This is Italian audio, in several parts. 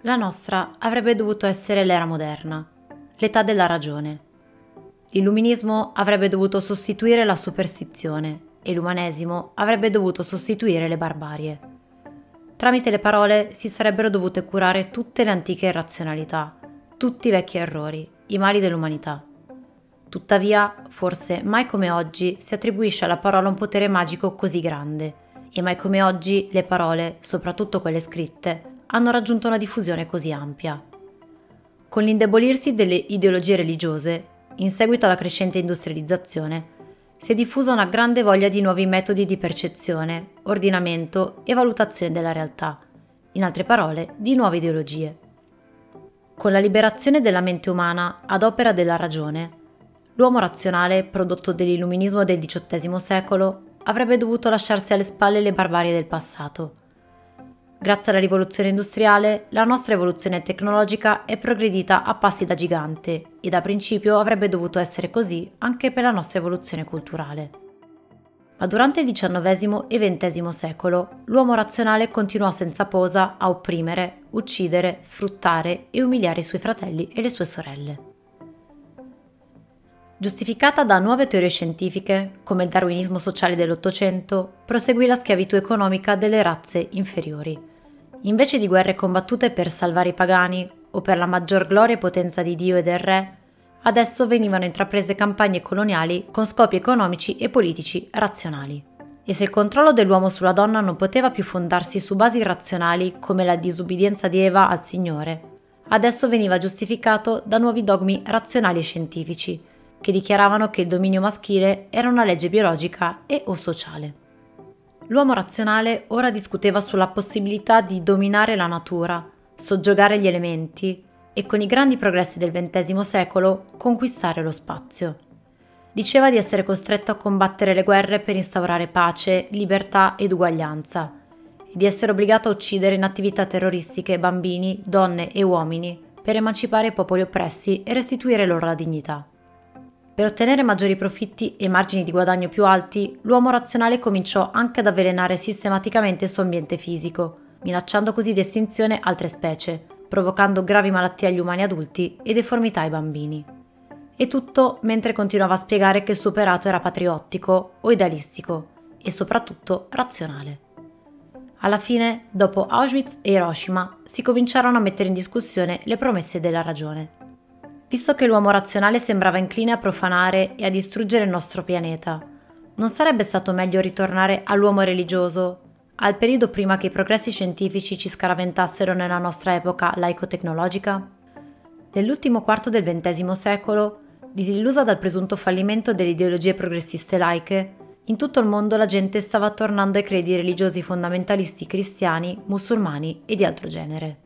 La nostra avrebbe dovuto essere l'era moderna, l'età della ragione. L'illuminismo avrebbe dovuto sostituire la superstizione e l'umanesimo avrebbe dovuto sostituire le barbarie. Tramite le parole si sarebbero dovute curare tutte le antiche irrazionalità, tutti i vecchi errori, i mali dell'umanità. Tuttavia, forse mai come oggi si attribuisce alla parola un potere magico così grande, e mai come oggi le parole, soprattutto quelle scritte, hanno raggiunto una diffusione così ampia. Con l'indebolirsi delle ideologie religiose, in seguito alla crescente industrializzazione, si è diffusa una grande voglia di nuovi metodi di percezione, ordinamento e valutazione della realtà, in altre parole, di nuove ideologie. Con la liberazione della mente umana ad opera della ragione, l'uomo razionale, prodotto dell'illuminismo del XVIII secolo, avrebbe dovuto lasciarsi alle spalle le barbarie del passato. Grazie alla rivoluzione industriale, la nostra evoluzione tecnologica è progredita a passi da gigante e da principio avrebbe dovuto essere così anche per la nostra evoluzione culturale. Ma durante il XIX e XX secolo, l'uomo razionale continuò senza posa a opprimere, uccidere, sfruttare e umiliare i suoi fratelli e le sue sorelle. Giustificata da nuove teorie scientifiche, come il darwinismo sociale dell'Ottocento, proseguì la schiavitù economica delle razze inferiori. Invece di guerre combattute per salvare i pagani o per la maggior gloria e potenza di Dio e del Re, adesso venivano intraprese campagne coloniali con scopi economici e politici razionali. E se il controllo dell'uomo sulla donna non poteva più fondarsi su basi irrazionali come la disubbidienza di Eva al Signore, adesso veniva giustificato da nuovi dogmi razionali e scientifici, che dichiaravano che il dominio maschile era una legge biologica e o sociale. L'uomo razionale ora discuteva sulla possibilità di dominare la natura, soggiogare gli elementi e con i grandi progressi del XX secolo conquistare lo spazio. Diceva di essere costretto a combattere le guerre per instaurare pace, libertà ed uguaglianza e di essere obbligato a uccidere in attività terroristiche bambini, donne e uomini per emancipare i popoli oppressi e restituire loro la dignità. Per ottenere maggiori profitti e margini di guadagno più alti, l'uomo razionale cominciò anche ad avvelenare sistematicamente il suo ambiente fisico, minacciando così di estinzione altre specie, provocando gravi malattie agli umani adulti e deformità ai bambini. E tutto mentre continuava a spiegare che il suo operato era patriottico o idealistico e soprattutto razionale. Alla fine, dopo Auschwitz e Hiroshima, si cominciarono a mettere in discussione le promesse della ragione. Visto che l'uomo razionale sembrava incline a profanare e a distruggere il nostro pianeta, non sarebbe stato meglio ritornare all'uomo religioso, al periodo prima che i progressi scientifici ci scaraventassero nella nostra epoca laico-tecnologica? Nell'ultimo quarto del XX secolo, disillusa dal presunto fallimento delle ideologie progressiste laiche, in tutto il mondo la gente stava tornando ai credi religiosi fondamentalisti cristiani, musulmani e di altro genere.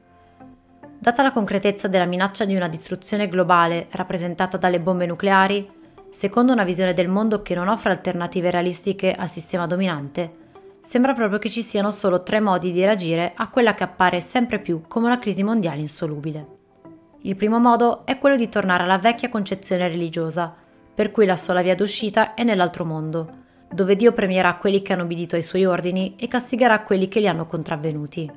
Data la concretezza della minaccia di una distruzione globale rappresentata dalle bombe nucleari, secondo una visione del mondo che non offre alternative realistiche al sistema dominante, sembra proprio che ci siano solo 3 modi di reagire a quella che appare sempre più come una crisi mondiale insolubile. Il primo modo è quello di tornare alla vecchia concezione religiosa, per cui la sola via d'uscita è nell'altro mondo, dove Dio premierà quelli che hanno obbedito ai suoi ordini e castigherà quelli che li hanno contravvenuti.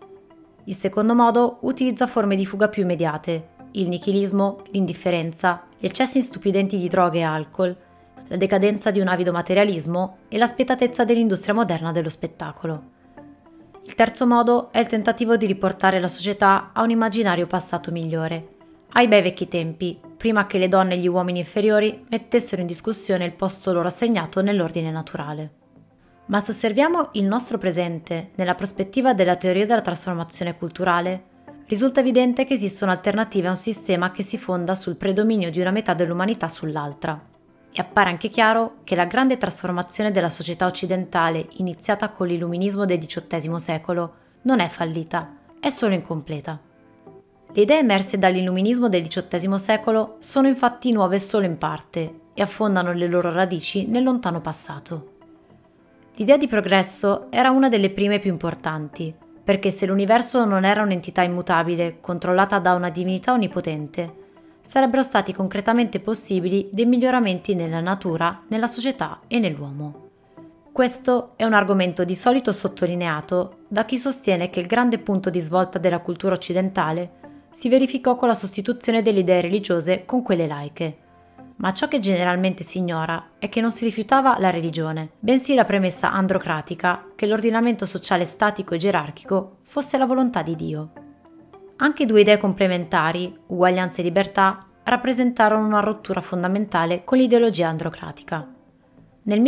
Il secondo modo utilizza forme di fuga più immediate, il nichilismo, l'indifferenza, gli eccessi stupidenti di droghe e alcol, la decadenza di un avido materialismo e la spietatezza dell'industria moderna dello spettacolo. Il terzo modo è il tentativo di riportare la società a un immaginario passato migliore, ai bei vecchi tempi, prima che le donne e gli uomini inferiori mettessero in discussione il posto loro assegnato nell'ordine naturale. Ma se osserviamo il nostro presente nella prospettiva della teoria della trasformazione culturale, risulta evidente che esistono alternative a un sistema che si fonda sul predominio di una metà dell'umanità sull'altra. E appare anche chiaro che la grande trasformazione della società occidentale iniziata con l'illuminismo del XVIII secolo non è fallita, è solo incompleta. Le idee emerse dall'illuminismo del XVIII secolo sono infatti nuove solo in parte e affondano le loro radici nel lontano passato. L'idea di progresso era una delle prime più importanti, perché se l'universo non era un'entità immutabile, controllata da una divinità onnipotente, sarebbero stati concretamente possibili dei miglioramenti nella natura, nella società e nell'uomo. Questo è un argomento di solito sottolineato da chi sostiene che il grande punto di svolta della cultura occidentale si verificò con la sostituzione delle idee religiose con quelle laiche. Ma ciò che generalmente si ignora è che non si rifiutava la religione, bensì la premessa androcratica che l'ordinamento sociale statico e gerarchico fosse la volontà di Dio. Anche due idee complementari, uguaglianza e libertà, rappresentarono una rottura fondamentale con l'ideologia androcratica. Nel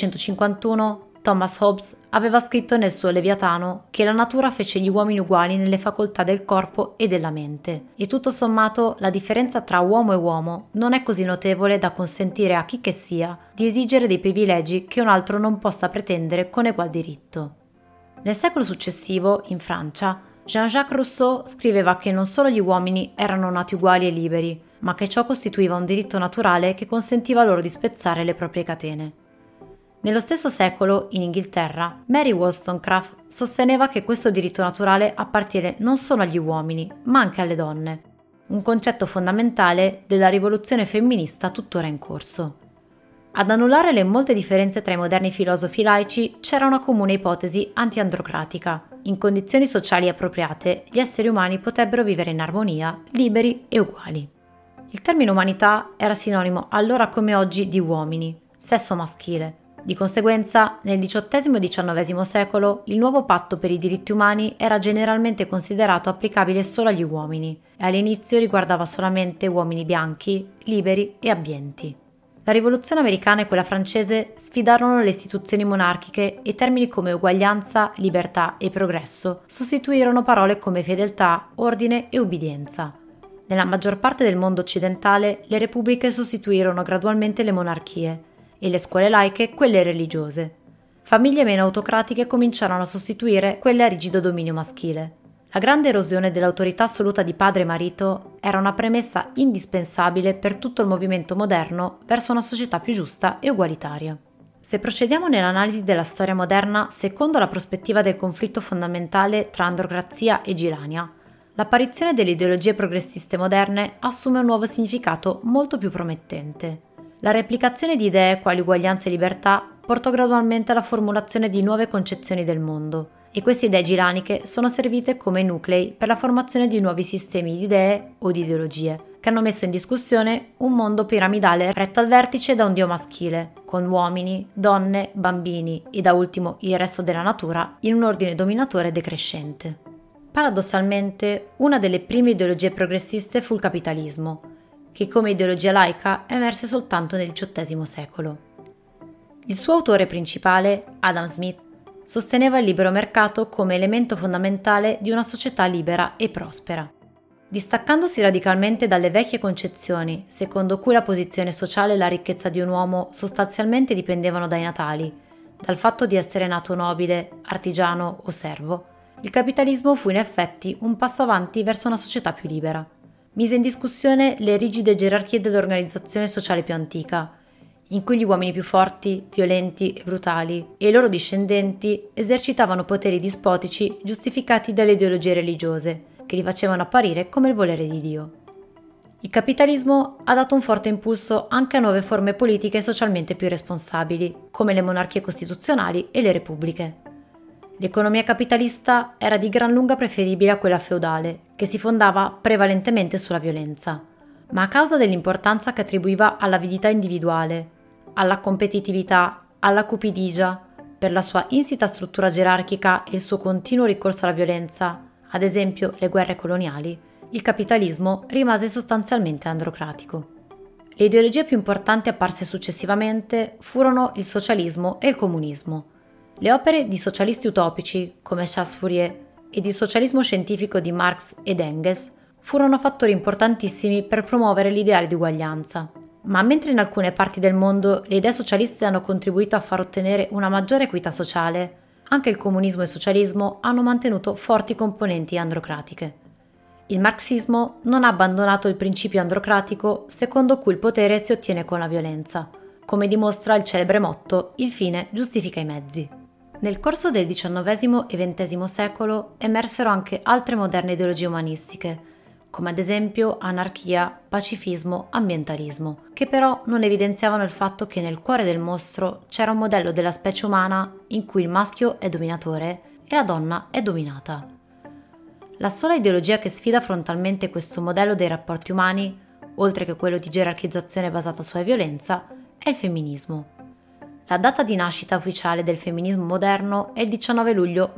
1651 Thomas Hobbes aveva scritto nel suo Leviatano che la natura fece gli uomini uguali nelle facoltà del corpo e della mente, e tutto sommato la differenza tra uomo e uomo non è così notevole da consentire a chi che sia di esigere dei privilegi che un altro non possa pretendere con egual diritto. Nel secolo successivo, in Francia, Jean-Jacques Rousseau scriveva che non solo gli uomini erano nati uguali e liberi, ma che ciò costituiva un diritto naturale che consentiva loro di spezzare le proprie catene. Nello stesso secolo, in Inghilterra, Mary Wollstonecraft sosteneva che questo diritto naturale appartiene non solo agli uomini, ma anche alle donne, un concetto fondamentale della rivoluzione femminista tuttora in corso. Ad annullare le molte differenze tra i moderni filosofi laici c'era una comune ipotesi anti-androcratica. In condizioni sociali appropriate, gli esseri umani potrebbero vivere in armonia, liberi e uguali. Il termine umanità era sinonimo allora come oggi di uomini, sesso maschile. Di conseguenza, nel XVIII e XIX secolo, il nuovo patto per i diritti umani era generalmente considerato applicabile solo agli uomini e all'inizio riguardava solamente uomini bianchi, liberi e abbienti. La rivoluzione americana e quella francese sfidarono le istituzioni monarchiche e termini come uguaglianza, libertà e progresso sostituirono parole come fedeltà, ordine e ubbidienza. Nella maggior parte del mondo occidentale, le repubbliche sostituirono gradualmente le monarchie e le scuole laiche quelle religiose. Famiglie meno autocratiche cominciarono a sostituire quelle a rigido dominio maschile. La grande erosione dell'autorità assoluta di padre e marito era una premessa indispensabile per tutto il movimento moderno verso una società più giusta e ugualitaria. Se procediamo nell'analisi della storia moderna secondo la prospettiva del conflitto fondamentale tra androcrazia e Gilania, l'apparizione delle ideologie progressiste moderne assume un nuovo significato molto più promettente. La replicazione di idee quali uguaglianza e libertà portò gradualmente alla formulazione di nuove concezioni del mondo, e queste idee gilaniche sono servite come nuclei per la formazione di nuovi sistemi di idee o di ideologie, che hanno messo in discussione un mondo piramidale retto al vertice da un dio maschile, con uomini, donne, bambini e da ultimo il resto della natura in un ordine dominatore decrescente. Paradossalmente, una delle prime ideologie progressiste fu il capitalismo, che come ideologia laica emerse soltanto nel XVIII secolo. Il suo autore principale, Adam Smith, sosteneva il libero mercato come elemento fondamentale di una società libera e prospera. Distaccandosi radicalmente dalle vecchie concezioni, secondo cui la posizione sociale e la ricchezza di un uomo sostanzialmente dipendevano dai natali, dal fatto di essere nato nobile, artigiano o servo, il capitalismo fu in effetti un passo avanti verso una società più libera. Mise in discussione le rigide gerarchie dell'organizzazione sociale più antica, in cui gli uomini più forti, violenti e brutali e i loro discendenti esercitavano poteri dispotici giustificati dalle ideologie religiose, che li facevano apparire come il volere di Dio. Il capitalismo ha dato un forte impulso anche a nuove forme politiche socialmente più responsabili, come le monarchie costituzionali e le repubbliche. L'economia capitalista era di gran lunga preferibile a quella feudale, che si fondava prevalentemente sulla violenza, ma a causa dell'importanza che attribuiva all'avidità individuale, alla competitività, alla cupidigia, per la sua insita struttura gerarchica e il suo continuo ricorso alla violenza, ad esempio le guerre coloniali, il capitalismo rimase sostanzialmente androcratico. Le ideologie più importanti apparse successivamente furono il socialismo e il comunismo. Le opere di socialisti utopici, come Charles Fourier, ed il socialismo scientifico di Marx ed Engels furono fattori importantissimi per promuovere l'ideale di uguaglianza. Ma mentre in alcune parti del mondo le idee socialiste hanno contribuito a far ottenere una maggiore equità sociale, anche il comunismo e il socialismo hanno mantenuto forti componenti androcratiche. Il marxismo non ha abbandonato il principio androcratico secondo cui il potere si ottiene con la violenza, come dimostra il celebre motto «Il fine giustifica i mezzi». Nel corso del XIX e XX secolo emersero anche altre moderne ideologie umanistiche, come ad esempio anarchia, pacifismo, ambientalismo, che però non evidenziavano il fatto che nel cuore del mostro c'era un modello della specie umana in cui il maschio è dominatore e la donna è dominata. La sola ideologia che sfida frontalmente questo modello dei rapporti umani, oltre che quello di gerarchizzazione basata sulla violenza, è il femminismo. La data di nascita ufficiale del femminismo moderno è il 19 luglio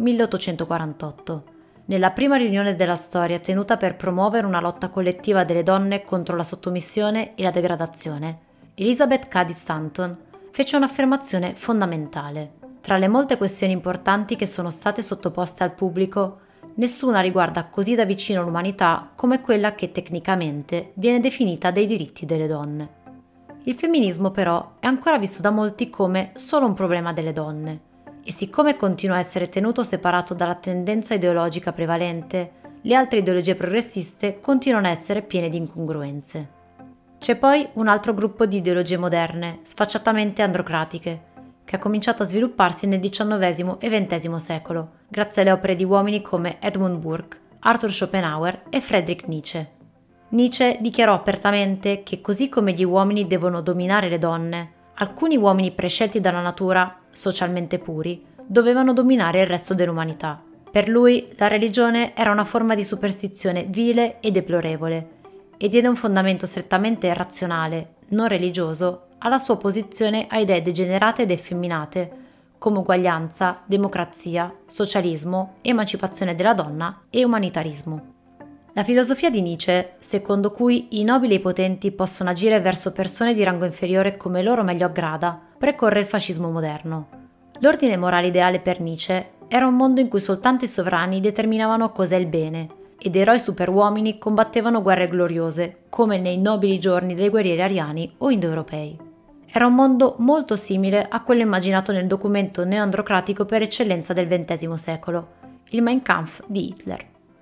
1848. Nella prima riunione della storia tenuta per promuovere una lotta collettiva delle donne contro la sottomissione e la degradazione, Elizabeth Cady Stanton fece un'affermazione fondamentale. Tra le molte questioni importanti che sono state sottoposte al pubblico, nessuna riguarda così da vicino l'umanità come quella che tecnicamente viene definita dei diritti delle donne. Il femminismo però è ancora visto da molti come solo un problema delle donne. E siccome continua a essere tenuto separato dalla tendenza ideologica prevalente, le altre ideologie progressiste continuano a essere piene di incongruenze. C'è poi un altro gruppo di ideologie moderne, sfacciatamente androcratiche, che ha cominciato a svilupparsi nel XIX e XX secolo, grazie alle opere di uomini come Edmund Burke, Arthur Schopenhauer e Friedrich Nietzsche. Nietzsche dichiarò apertamente che così come gli uomini devono dominare le donne, alcuni uomini prescelti dalla natura, socialmente puri, dovevano dominare il resto dell'umanità. Per lui la religione era una forma di superstizione vile e deplorevole e diede un fondamento strettamente razionale, non religioso, alla sua opposizione a idee degenerate ed effeminate come uguaglianza, democrazia, socialismo, emancipazione della donna e umanitarismo. La filosofia di Nietzsche, secondo cui i nobili e i potenti possono agire verso persone di rango inferiore come loro meglio aggrada, precorre il fascismo moderno. L'ordine morale ideale per Nietzsche era un mondo in cui soltanto i sovrani determinavano cos'è il bene, ed eroi superuomini combattevano guerre gloriose, come nei nobili giorni dei guerrieri ariani o indoeuropei. Era un mondo molto simile a quello immaginato nel documento neoandrocratico per eccellenza del XX secolo, il Mein Kampf di Hitler.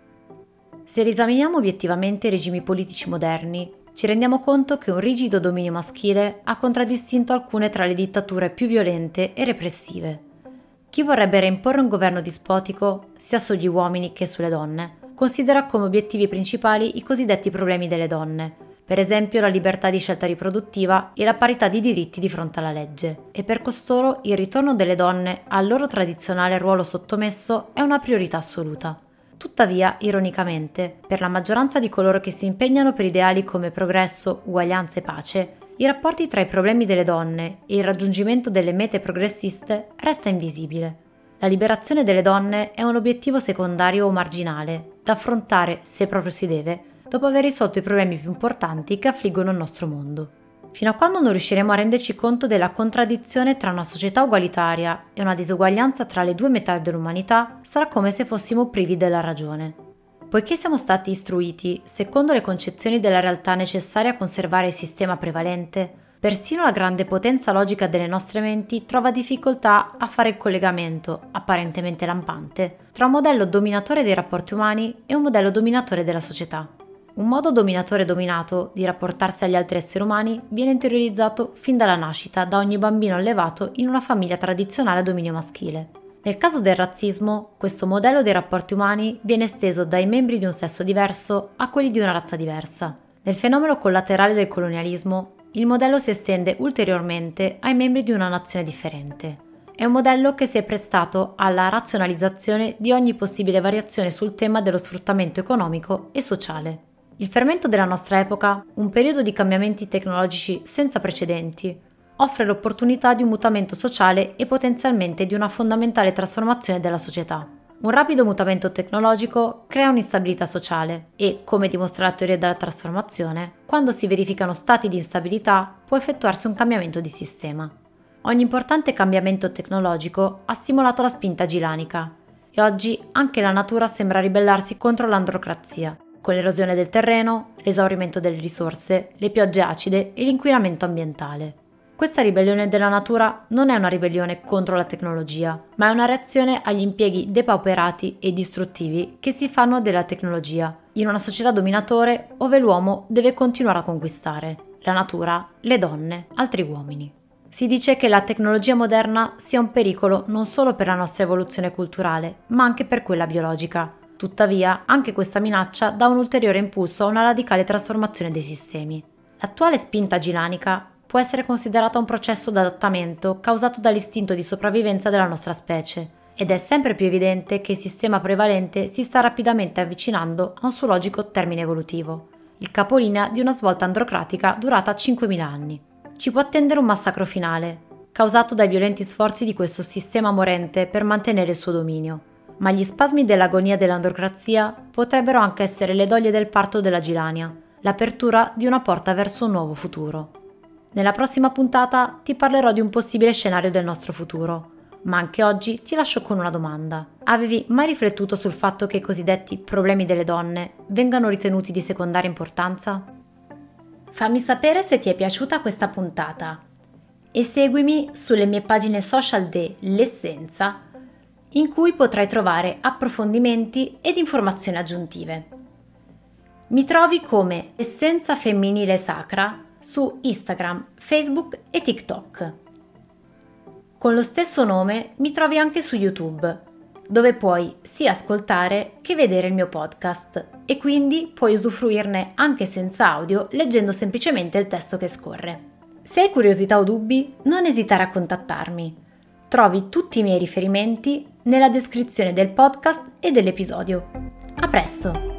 Se riesaminiamo obiettivamente i regimi politici moderni, ci rendiamo conto che un rigido dominio maschile ha contraddistinto alcune tra le dittature più violente e repressive. Chi vorrebbe reimporre un governo dispotico, sia sugli uomini che sulle donne, considera come obiettivi principali i cosiddetti problemi delle donne, per esempio la libertà di scelta riproduttiva e la parità di diritti di fronte alla legge, e per costoro il ritorno delle donne al loro tradizionale ruolo sottomesso è una priorità assoluta. Tuttavia, ironicamente, per la maggioranza di coloro che si impegnano per ideali come progresso, uguaglianza e pace, i rapporti tra i problemi delle donne e il raggiungimento delle mete progressiste resta invisibile. La liberazione delle donne è un obiettivo secondario o marginale, da affrontare, se proprio si deve, dopo aver risolto i problemi più importanti che affliggono il nostro mondo. Fino a quando non riusciremo a renderci conto della contraddizione tra una società ugualitaria e una disuguaglianza tra le due metà dell'umanità, sarà come se fossimo privi della ragione. Poiché siamo stati istruiti secondo le concezioni della realtà necessarie a conservare il sistema prevalente, persino la grande potenza logica delle nostre menti trova difficoltà a fare il collegamento, apparentemente lampante, tra un modello dominatore dei rapporti umani e un modello dominatore della società. Un modo dominatore dominato di rapportarsi agli altri esseri umani viene interiorizzato fin dalla nascita da ogni bambino allevato in una famiglia tradizionale a dominio maschile. Nel caso del razzismo, questo modello dei rapporti umani viene esteso dai membri di un sesso diverso a quelli di una razza diversa. Nel fenomeno collaterale del colonialismo, il modello si estende ulteriormente ai membri di una nazione differente. È un modello che si è prestato alla razionalizzazione di ogni possibile variazione sul tema dello sfruttamento economico e sociale. Il fermento della nostra epoca, un periodo di cambiamenti tecnologici senza precedenti, offre l'opportunità di un mutamento sociale e potenzialmente di una fondamentale trasformazione della società. Un rapido mutamento tecnologico crea un'instabilità sociale e, come dimostra la teoria della trasformazione, quando si verificano stati di instabilità può effettuarsi un cambiamento di sistema. Ogni importante cambiamento tecnologico ha stimolato la spinta gilanica e oggi anche la natura sembra ribellarsi contro l'androcrazia, con l'erosione del terreno, l'esaurimento delle risorse, le piogge acide e l'inquinamento ambientale. Questa ribellione della natura non è una ribellione contro la tecnologia, ma è una reazione agli impieghi depauperati e distruttivi che si fanno della tecnologia, in una società dominatore dove l'uomo deve continuare a conquistare la natura, le donne, altri uomini. Si dice che la tecnologia moderna sia un pericolo non solo per la nostra evoluzione culturale, ma anche per quella biologica. Tuttavia, anche questa minaccia dà un ulteriore impulso a una radicale trasformazione dei sistemi. L'attuale spinta gilanica può essere considerata un processo d'adattamento causato dall'istinto di sopravvivenza della nostra specie, ed è sempre più evidente che il sistema prevalente si sta rapidamente avvicinando a un suo logico termine evolutivo, il capolinea di una svolta androcratica durata 5.000 anni. Ci può attendere un massacro finale, causato dai violenti sforzi di questo sistema morente per mantenere il suo dominio, ma gli spasmi dell'agonia dell'androcrazia potrebbero anche essere le doglie del parto della Gilania, l'apertura di una porta verso un nuovo futuro. Nella prossima puntata ti parlerò di un possibile scenario del nostro futuro, ma anche oggi ti lascio con una domanda. Avevi mai riflettuto sul fatto che i cosiddetti problemi delle donne vengano ritenuti di secondaria importanza? Fammi sapere se ti è piaciuta questa puntata e seguimi sulle mie pagine social dell'Essenza, in cui potrai trovare approfondimenti ed informazioni aggiuntive. Mi trovi come Essenza Femminile Sacra su Instagram, Facebook e TikTok. Con lo stesso nome mi trovi anche su YouTube, dove puoi sia ascoltare che vedere il mio podcast e quindi puoi usufruirne anche senza audio leggendo semplicemente il testo che scorre. Se hai curiosità o dubbi, non esitare a contattarmi. Trovi tutti i miei riferimenti nella descrizione del podcast e dell'episodio. A presto!